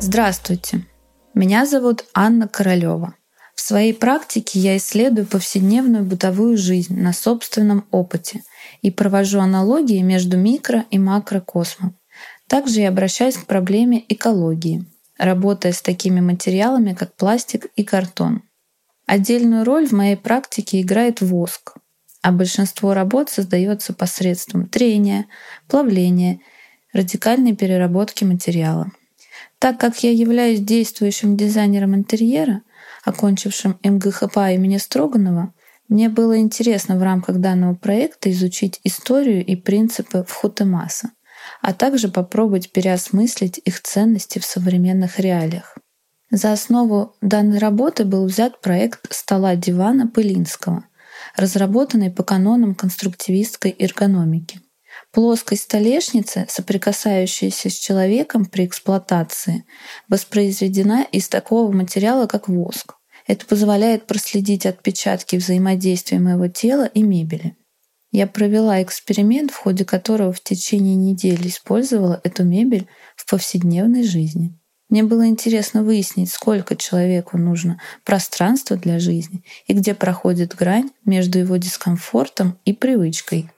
Здравствуйте, меня зовут Анна Королева. В своей практике я исследую повседневную бытовую жизнь на собственном опыте и провожу аналогии между микро- и макрокосмом. Также я обращаюсь к проблеме экологии, работая с такими материалами, как пластик и картон. Отдельную роль в моей практике играет воск, а большинство работ создается посредством трения, плавления, радикальной переработки материала. Так как я являюсь действующим дизайнером интерьера, окончившим МГХПА имени Строганова, мне было интересно в рамках данного проекта изучить историю и принципы Вхутемаса, а также попробовать переосмыслить их ценности в современных реалиях. За основу данной работы был взят проект стола-дивана Пылинского, разработанный по канонам конструктивистской эргономики. Плоскость столешницы, соприкасающаяся с человеком при эксплуатации, воспроизведена из такого материала, как воск. Это позволяет проследить отпечатки взаимодействия моего тела и мебели. Я провела эксперимент, в ходе которого в течение недели использовала эту мебель в повседневной жизни. Мне было интересно выяснить, сколько человеку нужно пространства для жизни и где проходит грань между его дискомфортом и привычкой.